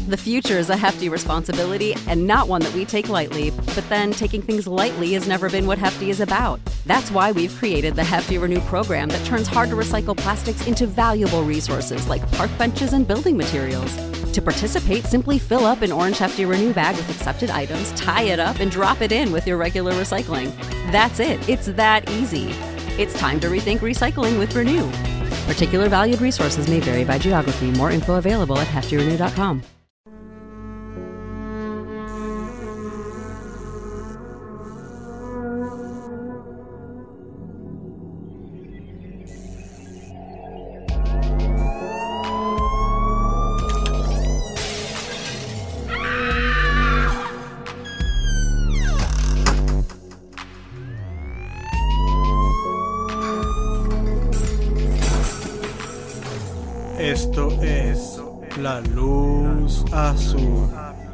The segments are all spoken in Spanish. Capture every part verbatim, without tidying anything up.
The future is a hefty responsibility and not one that we take lightly, but then taking things lightly has never been what Hefty is about. That's why we've created the Hefty Renew program that turns hard-to-recycle plastics into valuable resources like park benches and building materials. To participate, simply fill up an orange Hefty Renew bag with accepted items, tie it up, and drop it in with your regular recycling. That's it. It's that easy. It's time to rethink recycling with Renew. Particular valued resources may vary by geography. More info available at hefty renew dot com. Esto es La Luz Azul.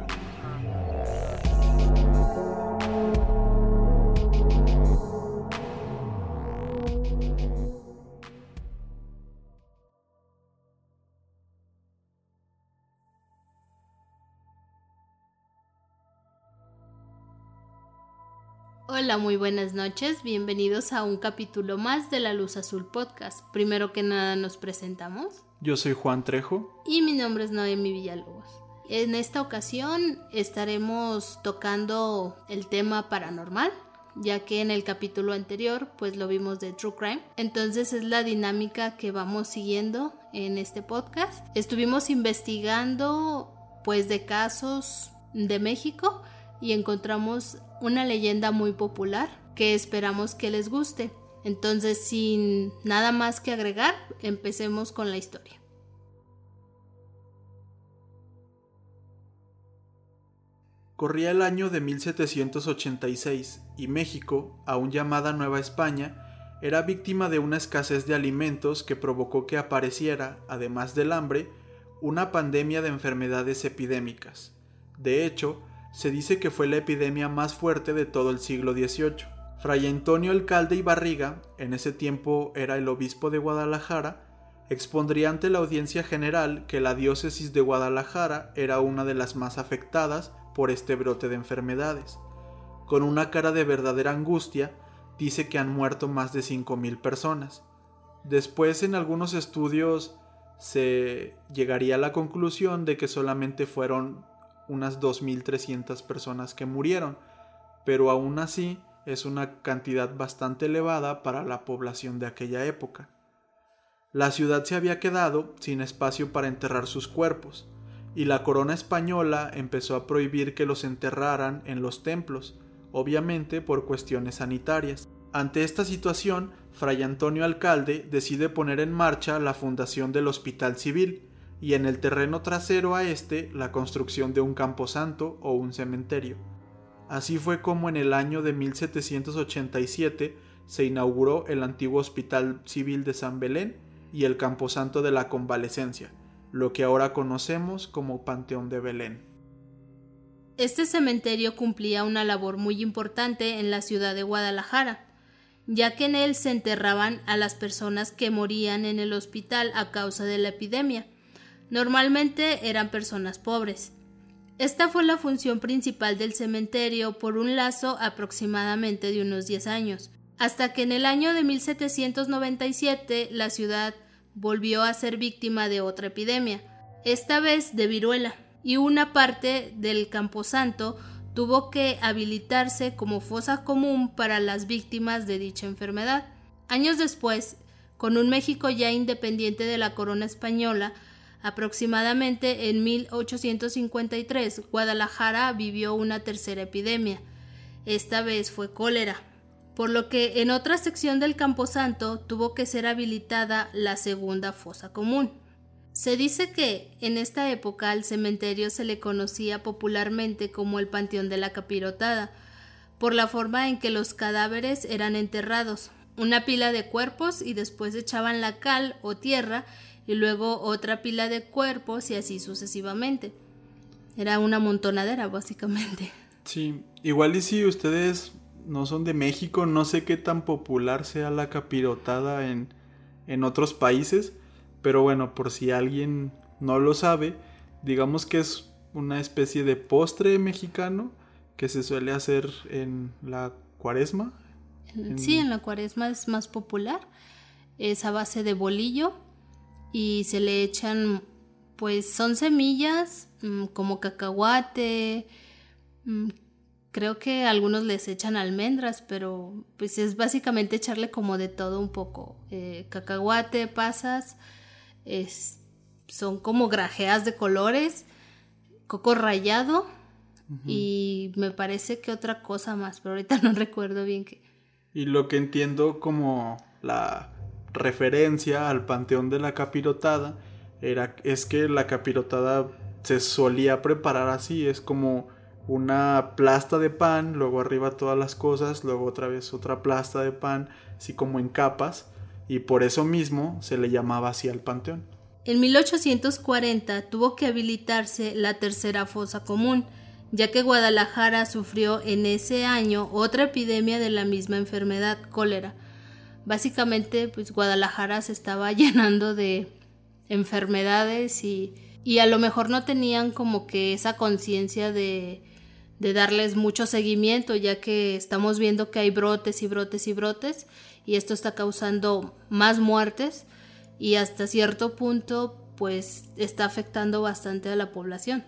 Hola, muy buenas noches, bienvenidos a un capítulo más de La Luz Azul Podcast. Primero que nada nos presentamos. Yo soy Juan Trejo. Y mi nombre es Noemi Villalobos. En esta ocasión estaremos tocando el tema paranormal, ya que en el capítulo anterior pues lo vimos de True Crime. Entonces es la dinámica que vamos siguiendo en este podcast. Estuvimos investigando pues de casos de México y encontramos una leyenda muy popular que esperamos que les guste. Entonces, sin nada más que agregar, empecemos con la historia. Corría el año de mil setecientos ochenta y seis y México, aún llamada Nueva España, era víctima de una escasez de alimentos que provocó que apareciera, además del hambre, una pandemia de enfermedades epidémicas. De hecho, se dice que fue la epidemia más fuerte de todo el siglo dieciocho. Fray Antonio Alcalde y Barriga, en ese tiempo era el obispo de Guadalajara, expondría ante la audiencia general que la diócesis de Guadalajara era una de las más afectadas por este brote de enfermedades. Con una cara de verdadera angustia, dice que han muerto más de cinco mil personas. Después, en algunos estudios, se llegaría a la conclusión de que solamente fueron unas dos mil trescientas personas que murieron, pero aún así es una cantidad bastante elevada para la población de aquella época. La ciudad se había quedado sin espacio para enterrar sus cuerpos, y la corona española empezó a prohibir que los enterraran en los templos, obviamente por cuestiones sanitarias. Ante esta situación, Fray Antonio Alcalde decide poner en marcha la fundación del Hospital Civil, y en el terreno trasero a este la construcción de un camposanto o un cementerio. Así fue como en el año de mil setecientos ochenta y siete se inauguró el antiguo Hospital Civil de San Belén y el Camposanto de la Convalecencia, lo que ahora conocemos como Panteón de Belén. Este cementerio cumplía una labor muy importante en la ciudad de Guadalajara, ya que en él se enterraban a las personas que morían en el hospital a causa de la epidemia. Normalmente eran personas pobres. Esta fue la función principal del cementerio por un lazo aproximadamente de unos diez años, hasta que en el año de mil setecientos noventa y siete la ciudad volvió a ser víctima de otra epidemia, esta vez de viruela, y una parte del camposanto tuvo que habilitarse como fosa común para las víctimas de dicha enfermedad. Años después, con un México ya independiente de la corona española, aproximadamente en mil ochocientos cincuenta y tres, Guadalajara vivió una tercera epidemia. Esta vez fue cólera, por lo que en otra sección del camposanto tuvo que ser habilitada la segunda fosa común. Se dice que en esta época al cementerio se le conocía popularmente como el Panteón de la Capirotada, por la forma en que los cadáveres eran enterrados, una pila de cuerpos y después echaban la cal o tierra y luego otra pila de cuerpos y así sucesivamente. Era una montonadera básicamente. Sí, igual y si ustedes no son de México, no sé qué tan popular sea la capirotada en, en otros países, pero bueno, por si alguien no lo sabe, digamos que es una especie de postre mexicano que se suele hacer en la cuaresma. En... Sí, en la cuaresma es más popular. Es a base de bolillo y se le echan, pues son semillas mmm, como cacahuate, mmm, creo que algunos les echan almendras, pero pues es básicamente echarle como de todo un poco. Eh, cacahuate, pasas, es, son como grajeas de colores, coco rallado uh-huh. y me parece que otra cosa más, pero ahorita no recuerdo bien qué. Y lo que entiendo como la referencia al panteón de la capirotada era, es que la capirotada se solía preparar así, es como una plasta de pan, luego arriba todas las cosas, luego otra vez otra plasta de pan, así como en capas, y por eso mismo se le llamaba así al panteón. En mil ochocientos cuarenta tuvo que habilitarse la tercera fosa común, ya que Guadalajara sufrió en ese año otra epidemia de la misma enfermedad, cólera. Básicamente, pues Guadalajara se estaba llenando de enfermedades y, y a lo mejor no tenían como que esa conciencia de, de darles mucho seguimiento, ya que estamos viendo que hay brotes y brotes y brotes y esto está causando más muertes y hasta cierto punto pues está afectando bastante a la población.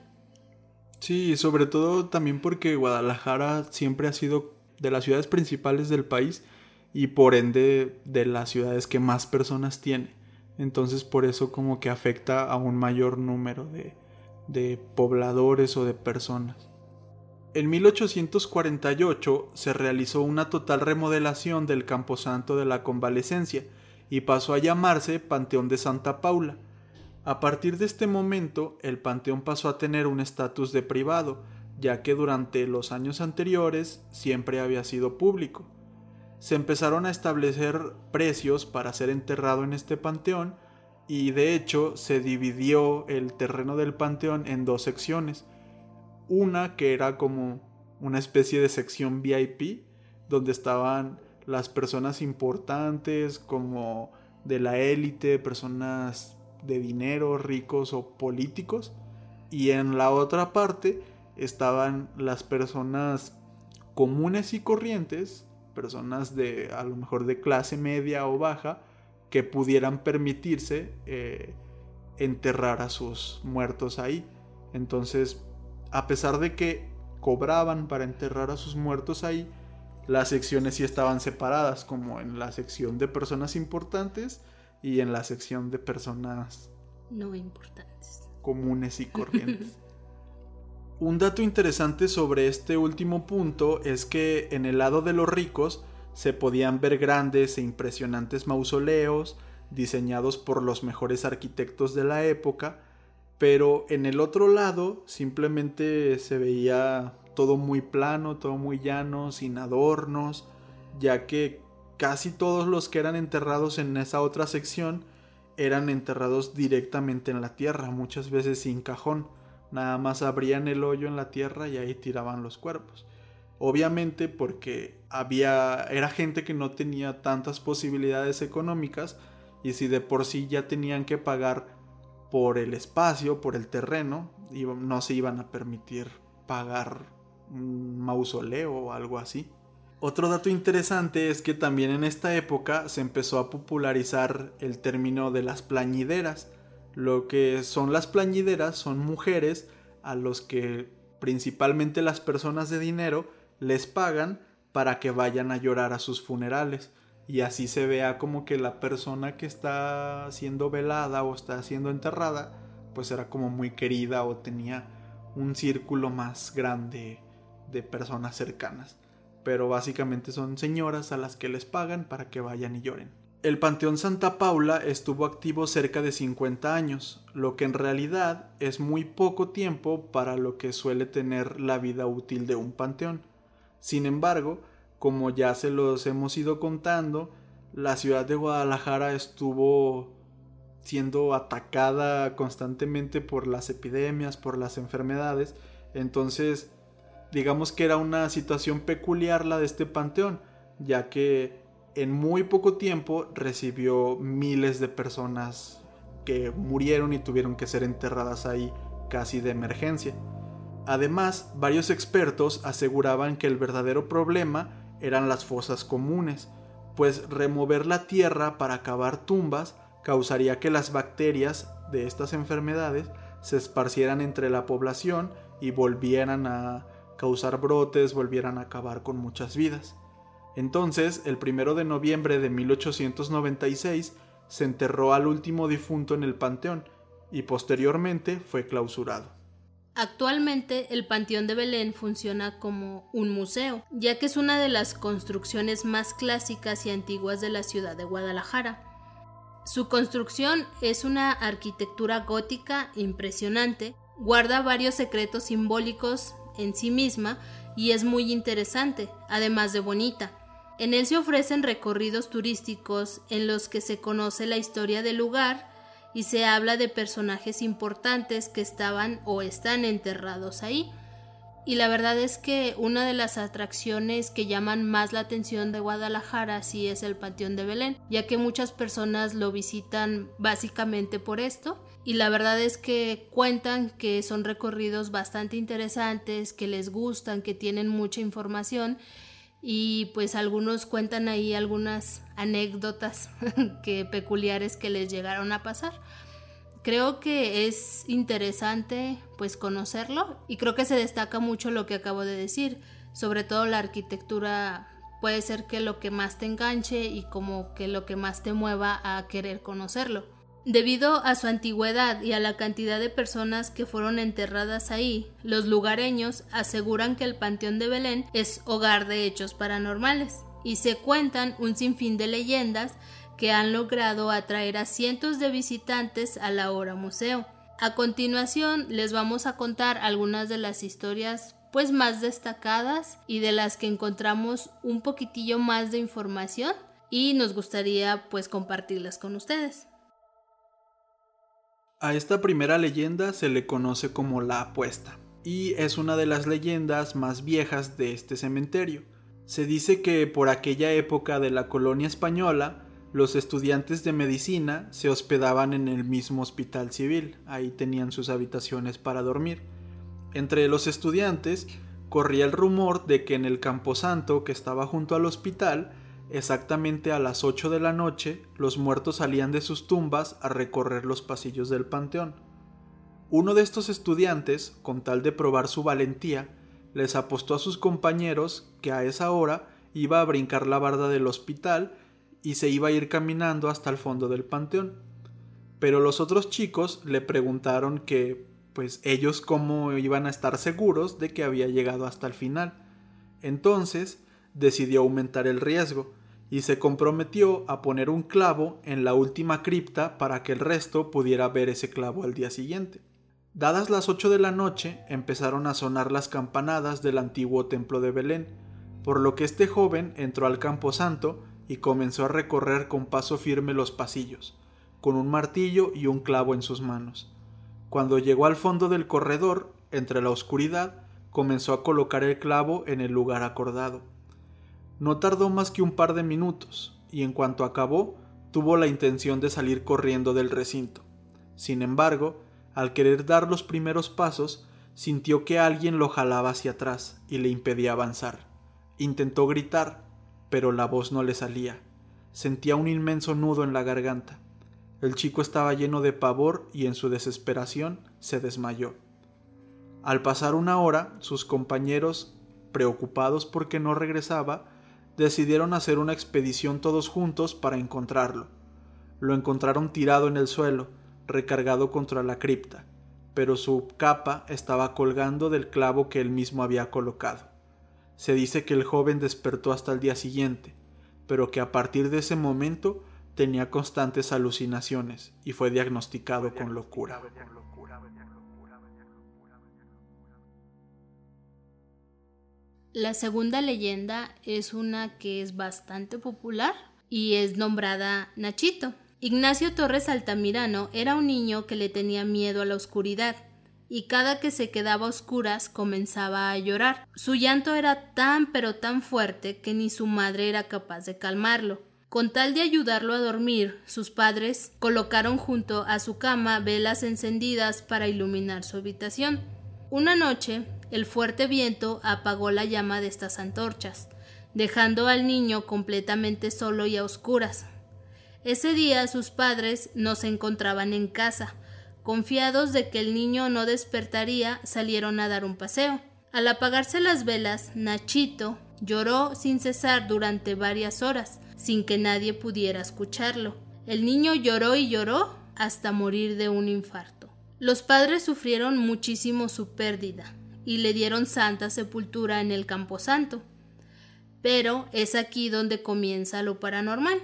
Sí, sobre todo también porque Guadalajara siempre ha sido de las ciudades principales del país y por ende de las ciudades que más personas tiene. Entonces por eso como que afecta a un mayor número de, de pobladores o de personas. En mil ochocientos cuarenta y ocho se realizó una total remodelación del Camposanto de la Convalecencia y pasó a llamarse Panteón de Santa Paula. A partir de este momento, el panteón pasó a tener un estatus de privado, ya que durante los años anteriores siempre había sido público. Se empezaron a establecer precios para ser enterrado en este panteón y de hecho se dividió el terreno del panteón en dos secciones. Una que era como una especie de sección V I P, donde estaban las personas importantes como de la élite, personas de dinero, ricos o políticos, y en la otra parte estaban las personas comunes y corrientes, personas de a lo mejor de clase media o baja que pudieran permitirse eh, enterrar a sus muertos ahí. Entonces, a pesar de que cobraban para enterrar a sus muertos ahí, las secciones sí estaban separadas, como en la sección de personas importantes y en la sección de personas no importantes, comunes y corrientes. Un dato interesante sobre este último punto es que en el lado de los ricos se podían ver grandes e impresionantes mausoleos diseñados por los mejores arquitectos de la época, pero en el otro lado simplemente se veía todo muy plano, todo muy llano, sin adornos, ya que casi todos los que eran enterrados en esa otra sección eran enterrados directamente en la tierra, muchas veces sin cajón. Nada más abrían el hoyo en la tierra y ahí tiraban los cuerpos. Obviamente porque había era gente que no tenía tantas posibilidades económicas y si de por sí ya tenían que pagar por el espacio, por el terreno, y no se iban a permitir pagar un mausoleo o algo así. Otro dato interesante es que también en esta época se empezó a popularizar el término de las plañideras. Lo que son las plañideras son mujeres a los que principalmente las personas de dinero les pagan para que vayan a llorar a sus funerales y así se vea como que la persona que está siendo velada o está siendo enterrada pues era como muy querida o tenía un círculo más grande de personas cercanas, pero básicamente son señoras a las que les pagan para que vayan y lloren. El Panteón Santa Paula estuvo activo cerca de cincuenta años, lo que en realidad es muy poco tiempo para lo que suele tener la vida útil de un panteón. Sin embargo, como ya se los hemos ido contando, la ciudad de Guadalajara estuvo siendo atacada constantemente por las epidemias, por las enfermedades, entonces digamos que era una situación peculiar la de este panteón, ya que en muy poco tiempo recibió miles de personas que murieron y tuvieron que ser enterradas ahí casi de emergencia. Además, varios expertos aseguraban que el verdadero problema eran las fosas comunes, pues remover la tierra para cavar tumbas causaría que las bacterias de estas enfermedades se esparcieran entre la población y volvieran a causar brotes, volvieran a acabar con muchas vidas. Entonces, el primero de noviembre de mil ochocientos noventa y seis se enterró al último difunto en el panteón y posteriormente fue clausurado. Actualmente el Panteón de Belén funciona como un museo, ya que es una de las construcciones más clásicas y antiguas de la ciudad de Guadalajara. Su construcción es una arquitectura gótica impresionante, guarda varios secretos simbólicos en sí misma y es muy interesante, además de bonita. En él se ofrecen recorridos turísticos en los que se conoce la historia del lugar y se habla de personajes importantes que estaban o están enterrados ahí. Y la verdad es que una de las atracciones que llaman más la atención de Guadalajara sí es el Panteón de Belén, ya que muchas personas lo visitan básicamente por esto. Y la verdad es que cuentan que son recorridos bastante interesantes, que les gustan, que tienen mucha información. Y pues algunos cuentan ahí algunas anécdotas que peculiares que les llegaron a pasar. Creo que es interesante pues conocerlo y creo que se destaca mucho lo que acabo de decir, sobre todo la arquitectura puede ser que lo que más te enganche y como que lo que más te mueva a querer conocerlo. Debido a su antigüedad y a la cantidad de personas que fueron enterradas ahí, los lugareños aseguran que el Panteón de Belén es hogar de hechos paranormales y se cuentan un sinfín de leyendas que han logrado atraer a cientos de visitantes al ahora museo. A continuación les vamos a contar algunas de las historias pues más destacadas y de las que encontramos un poquitillo más de información y nos gustaría pues compartirlas con ustedes. A esta primera leyenda se le conoce como la apuesta, y es una de las leyendas más viejas de este cementerio. Se dice que por aquella época de la colonia española, los estudiantes de medicina se hospedaban en el mismo hospital civil, ahí tenían sus habitaciones para dormir. Entre los estudiantes corría el rumor de que en el camposanto que estaba junto al hospital, exactamente a las ocho de la noche, los muertos salían de sus tumbas a recorrer los pasillos del panteón. Uno de estos estudiantes, con tal de probar su valentía, les apostó a sus compañeros que a esa hora iba a brincar la barda del hospital y se iba a ir caminando hasta el fondo del panteón. Pero los otros chicos le preguntaron que, pues ellos cómo iban a estar seguros de que había llegado hasta el final. Entonces, decidió aumentar el riesgo y se comprometió a poner un clavo en la última cripta para que el resto pudiera ver ese clavo al día siguiente. Dadas las ocho de la noche, empezaron a sonar las campanadas del antiguo templo de Belén, por lo que este joven entró al camposanto y comenzó a recorrer con paso firme los pasillos, con un martillo y un clavo en sus manos. Cuando llegó al fondo del corredor, entre la oscuridad, comenzó a colocar el clavo en el lugar acordado. No tardó más que un par de minutos, y en cuanto acabó, tuvo la intención de salir corriendo del recinto. Sin embargo, al querer dar los primeros pasos, sintió que alguien lo jalaba hacia atrás y le impedía avanzar. Intentó gritar, pero la voz no le salía. Sentía un inmenso nudo en la garganta. El chico estaba lleno de pavor y en su desesperación se desmayó. Al pasar una hora, sus compañeros, preocupados porque no regresaba, decidieron hacer una expedición todos juntos para encontrarlo. Lo encontraron tirado en el suelo, recargado contra la cripta, pero su capa estaba colgando del clavo que él mismo había colocado. Se dice que el joven despertó hasta el día siguiente, pero que a partir de ese momento tenía constantes alucinaciones y fue diagnosticado con locura. La segunda leyenda es una que es bastante popular y es nombrada Nachito. Ignacio Torres Altamirano era un niño que le tenía miedo a la oscuridad y cada que se quedaba a oscuras comenzaba a llorar. Su llanto era tan pero tan fuerte que ni su madre era capaz de calmarlo. Con tal de ayudarlo a dormir, sus padres colocaron junto a su cama velas encendidas para iluminar su habitación. Una noche, el fuerte viento apagó la llama de estas antorchas, dejando al niño completamente solo y a oscuras. Ese día sus padres no se encontraban en casa. Confiados de que el niño no despertaría, salieron a dar un paseo. Al apagarse las velas, Nachito lloró sin cesar durante varias horas, sin que nadie pudiera escucharlo. El niño lloró y lloró hasta morir de un infarto. Los padres sufrieron muchísimo su pérdida y le dieron santa sepultura en el Camposanto. Pero es aquí donde comienza lo paranormal.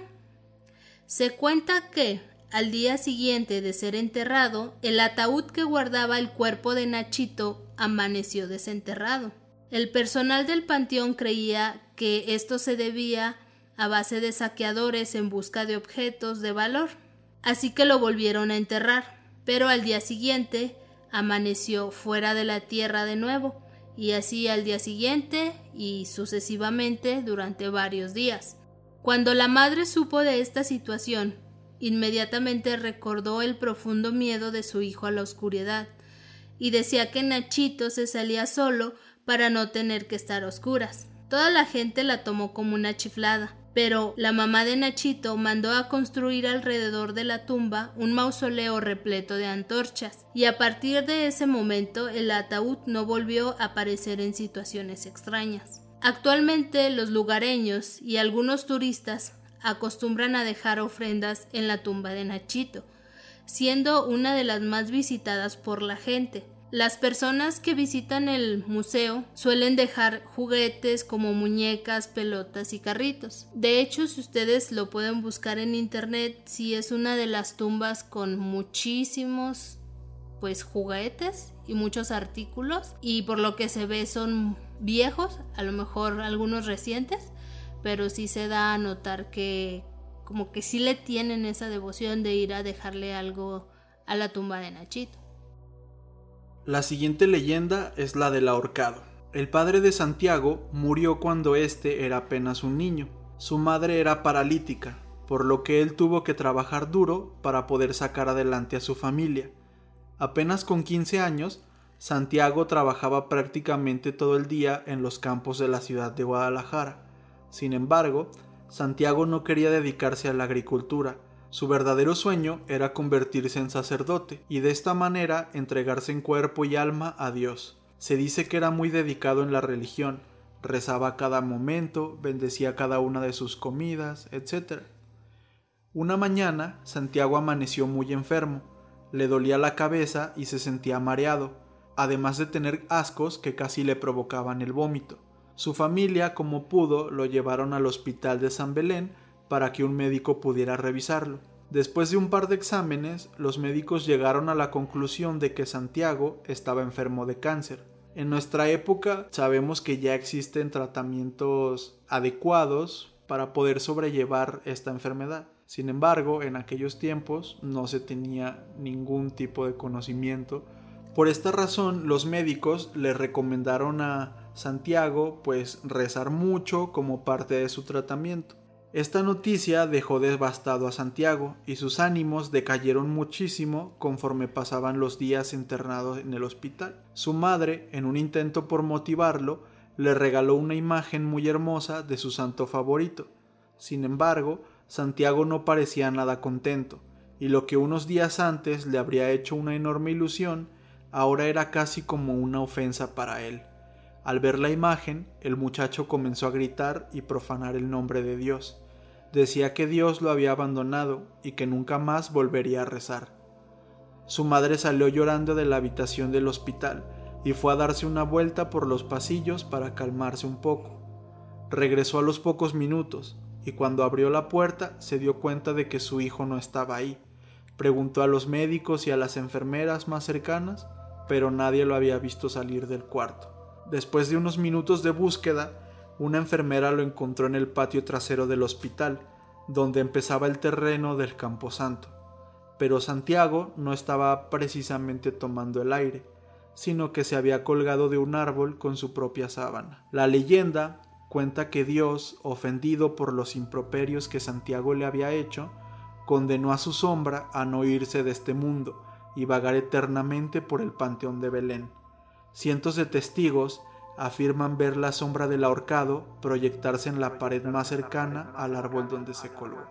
Se cuenta que, al día siguiente de ser enterrado, el ataúd que guardaba el cuerpo de Nachito amaneció desenterrado. El personal del panteón creía que esto se debía a base de saqueadores en busca de objetos de valor, así que lo volvieron a enterrar, pero al día siguiente amaneció fuera de la tierra de nuevo, y así al día siguiente y sucesivamente durante varios días. Cuando la madre supo de esta situación, inmediatamente recordó el profundo miedo de su hijo a la oscuridad y decía que Nachito se salía solo para no tener que estar a oscuras. Toda la gente la tomó como una chiflada, pero la mamá de Nachito mandó a construir alrededor de la tumba un mausoleo repleto de antorchas, y a partir de ese momento el ataúd no volvió a aparecer en situaciones extrañas. Actualmente los lugareños y algunos turistas acostumbran a dejar ofrendas en la tumba de Nachito, siendo una de las más visitadas por la gente. Las personas que visitan el museo suelen dejar juguetes como muñecas, pelotas y carritos. De hecho, si ustedes lo pueden buscar en internet, sí es una de las tumbas con muchísimos pues juguetes y muchos artículos, y por lo que se ve son viejos, a lo mejor algunos recientes, pero sí se da a notar que como que sí le tienen esa devoción de ir a dejarle algo a la tumba de Nachito. La siguiente leyenda es la del ahorcado. El padre de Santiago murió cuando éste era apenas un niño. Su madre era paralítica, por lo que él tuvo que trabajar duro para poder sacar adelante a su familia. Apenas con quince años, Santiago trabajaba prácticamente todo el día en los campos de la ciudad de Guadalajara. Sin embargo, Santiago no quería dedicarse a la agricultura. Su verdadero sueño era convertirse en sacerdote y de esta manera entregarse en cuerpo y alma a Dios. Se dice que era muy dedicado en la religión, rezaba a cada momento, bendecía cada una de sus comidas, etcétera. Una mañana, Santiago amaneció muy enfermo, le dolía la cabeza y se sentía mareado, además de tener ascos que casi le provocaban el vómito. Su familia, como pudo, lo llevaron al hospital de San Belén para que un médico pudiera revisarlo. Después de un par de exámenes, los médicos llegaron a la conclusión de que Santiago estaba enfermo de cáncer. En nuestra época sabemos que ya existen tratamientos adecuados para poder sobrellevar esta enfermedad. Sin embargo, en aquellos tiempos no se tenía ningún tipo de conocimiento. Por esta razón, los médicos le recomendaron a Santiago pues rezar mucho como parte de su tratamiento. Esta noticia dejó devastado a Santiago y sus ánimos decayeron muchísimo conforme pasaban los días internado en el hospital. Su madre, en un intento por motivarlo, le regaló una imagen muy hermosa de su santo favorito. Sin embargo, Santiago no parecía nada contento, y lo que unos días antes le habría hecho una enorme ilusión, ahora era casi como una ofensa para él. Al ver la imagen, el muchacho comenzó a gritar y profanar el nombre de Dios. Decía que Dios lo había abandonado y que nunca más volvería a rezar. Su madre salió llorando de la habitación del hospital y fue a darse una vuelta por los pasillos para calmarse un poco. Regresó a los pocos minutos y cuando abrió la puerta se dio cuenta de que su hijo no estaba ahí. Preguntó a los médicos y a las enfermeras más cercanas, pero nadie lo había visto salir del cuarto. Después de unos minutos de búsqueda, una enfermera lo encontró en el patio trasero del hospital, donde empezaba el terreno del Camposanto. Pero Santiago no estaba precisamente tomando el aire, sino que se había colgado de un árbol con su propia sábana. La leyenda cuenta que Dios, ofendido por los improperios que Santiago le había hecho, condenó a su sombra a no irse de este mundo y vagar eternamente por el panteón de Belén. Cientos de testigos afirman ver la sombra del ahorcado proyectarse en la pared más cercana al árbol donde se colgó.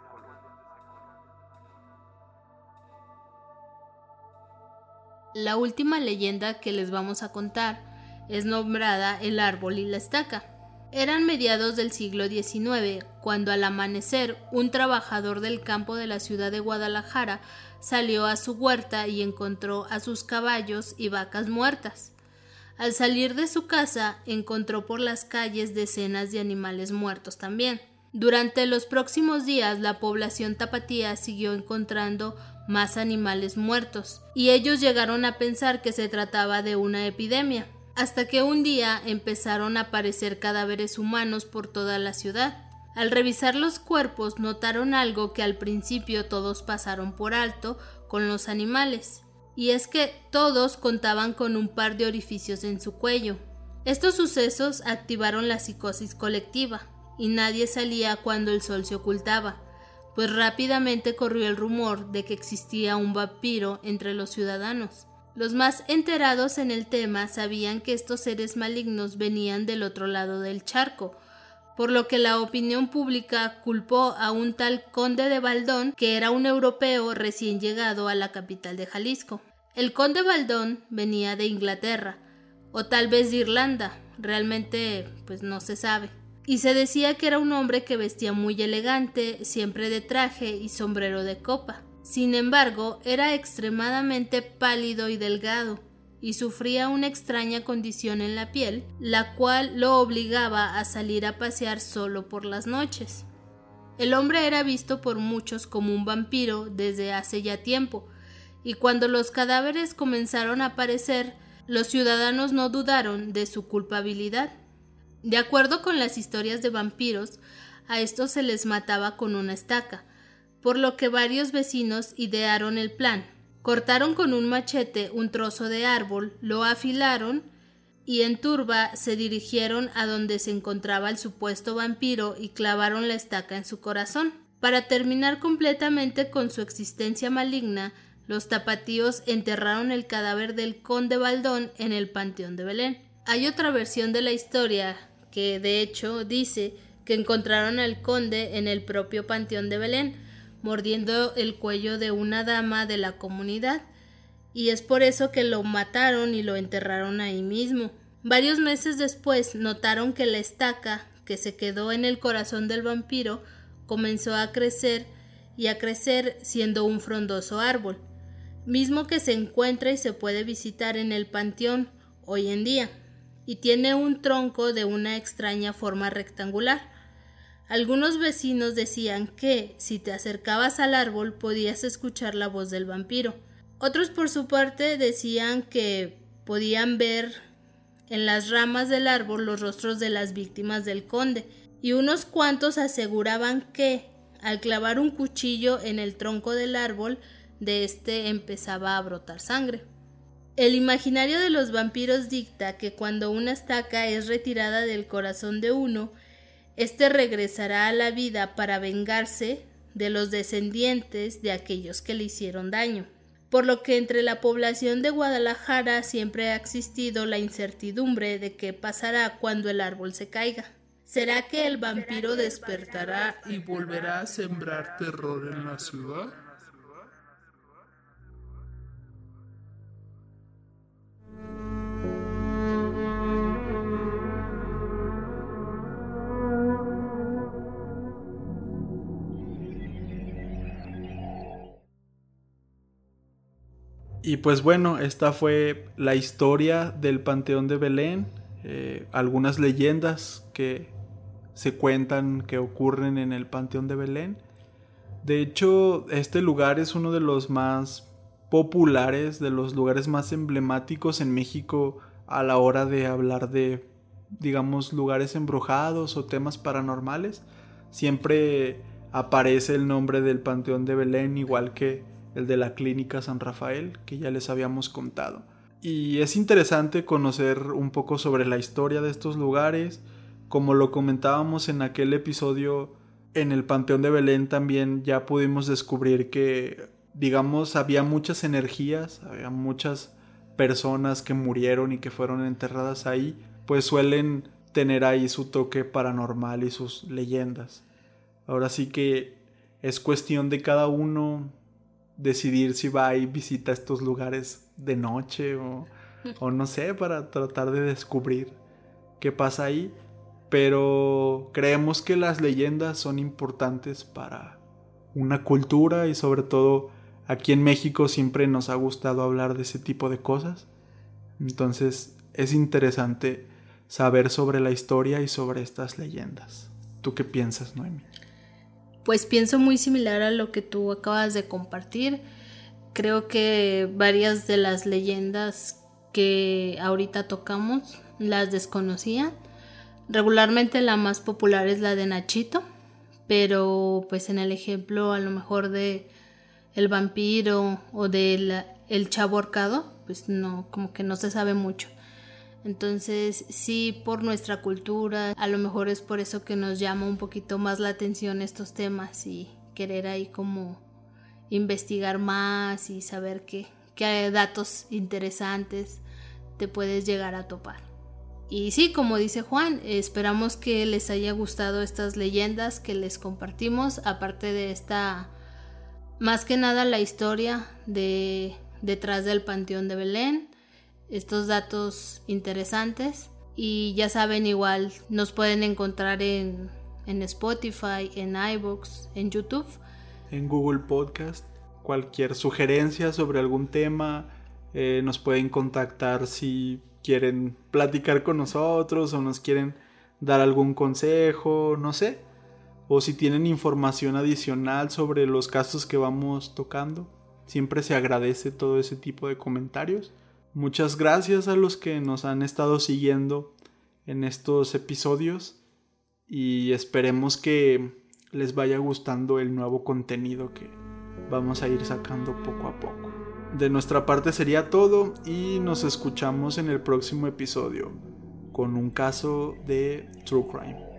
La última leyenda que les vamos a contar es nombrada El árbol y la estaca. Eran mediados del siglo diecinueve, cuando al amanecer un trabajador del campo de la ciudad de Guadalajara salió a su huerta y encontró a sus caballos y vacas muertas. Al salir de su casa encontró por las calles decenas de animales muertos también. Durante los próximos días la población tapatía siguió encontrando más animales muertos, y ellos llegaron a pensar que se trataba de una epidemia, hasta que un día empezaron a aparecer cadáveres humanos por toda la ciudad. Al revisar los cuerpos notaron algo que al principio todos pasaron por alto con los animales, y es que todos contaban con un par de orificios en su cuello. Estos sucesos activaron la psicosis colectiva, y nadie salía cuando el sol se ocultaba, pues rápidamente corrió el rumor de que existía un vampiro entre los ciudadanos. Los más enterados en el tema sabían que estos seres malignos venían del otro lado del charco, por lo que la opinión pública culpó a un tal conde de Baldón, que era un europeo recién llegado a la capital de Jalisco. El conde Baldón venía de Inglaterra, o tal vez de Irlanda, realmente pues no se sabe. Y se decía que era un hombre que vestía muy elegante, siempre de traje y sombrero de copa. Sin embargo, era extremadamente pálido y delgado, y sufría una extraña condición en la piel, la cual lo obligaba a salir a pasear solo por las noches. El hombre era visto por muchos como un vampiro desde hace ya tiempo, y cuando los cadáveres comenzaron a aparecer, los ciudadanos no dudaron de su culpabilidad. De acuerdo con las historias de vampiros, a estos se les mataba con una estaca, por lo que varios vecinos idearon el plan. Cortaron con un machete un trozo de árbol, lo afilaron y en turba se dirigieron a donde se encontraba el supuesto vampiro y clavaron la estaca en su corazón. Para terminar completamente con su existencia maligna, los tapatíos enterraron el cadáver del conde Baldón en el Panteón de Belén. Hay otra versión de la historia que de hecho dice que encontraron al conde en el propio Panteón de Belén, mordiendo el cuello de una dama de la comunidad, y es por eso que lo mataron y lo enterraron ahí mismo. Varios meses después notaron que la estaca que se quedó en el corazón del vampiro comenzó a crecer y a crecer siendo un frondoso árbol, mismo que se encuentra y se puede visitar en el panteón hoy en día, y tiene un tronco de una extraña forma rectangular. Algunos vecinos decían que, si te acercabas al árbol, podías escuchar la voz del vampiro. Otros, por su parte, decían que podían ver en las ramas del árbol los rostros de las víctimas del conde, y unos cuantos aseguraban que, al clavar un cuchillo en el tronco del árbol, de este empezaba a brotar sangre. El imaginario de los vampiros dicta que cuando una estaca es retirada del corazón de uno, éste regresará a la vida para vengarse de los descendientes de aquellos que le hicieron daño, por lo que entre la población de Guadalajara siempre ha existido la incertidumbre de qué pasará cuando el árbol se caiga. ¿Será que el vampiro despertará y volverá a sembrar terror en la ciudad? Y pues bueno, esta fue la historia del Panteón de Belén, eh, algunas leyendas que se cuentan que ocurren en el Panteón de Belén. De hecho, este lugar es uno de los más populares, de los lugares más emblemáticos en México a la hora de hablar de, digamos, lugares embrujados o temas paranormales. Siempre aparece el nombre del Panteón de Belén, igual que el de la Clínica San Rafael, que ya les habíamos contado. Y es interesante conocer un poco sobre la historia de estos lugares. Como lo comentábamos en aquel episodio, en el Panteón de Belén también ya pudimos descubrir que, digamos, había muchas energías, había muchas personas que murieron y que fueron enterradas ahí, pues suelen tener ahí su toque paranormal y sus leyendas. Ahora sí que es cuestión de cada uno decidir si va y visita estos lugares de noche o, o no sé, para tratar de descubrir qué pasa ahí. Pero creemos que las leyendas son importantes para una cultura y sobre todo aquí en México siempre nos ha gustado hablar de ese tipo de cosas. Entonces es interesante saber sobre la historia y sobre estas leyendas. ¿Tú qué piensas, Noemi? Pues pienso muy similar a lo que tú acabas de compartir. Creo que varias de las leyendas que ahorita tocamos las desconocía. Regularmente la más popular es la de Nachito, pero pues en el ejemplo a lo mejor de el vampiro o del el chavo ahorcado, pues no, como que no se sabe mucho. Entonces sí, por nuestra cultura, a lo mejor es por eso que nos llama un poquito más la atención estos temas y querer ahí como investigar más y saber qué, qué datos interesantes te puedes llegar a topar. Y sí, como dice Juan, esperamos que les haya gustado estas leyendas que les compartimos, aparte de esta, más que nada la historia de detrás del Panteón de Belén, estos datos interesantes. Y ya saben, igual nos pueden encontrar en, en Spotify, en iVoox, en YouTube, en Google Podcast. Cualquier sugerencia sobre algún tema, eh, nos pueden contactar si quieren platicar con nosotros o nos quieren dar algún consejo, no sé, o si tienen información adicional sobre los casos que vamos tocando. Siempre se agradece todo ese tipo de comentarios. Muchas gracias a los que nos han estado siguiendo en estos episodios y esperemos que les vaya gustando el nuevo contenido que vamos a ir sacando poco a poco. De nuestra parte sería todo y nos escuchamos en el próximo episodio con un caso de True Crime.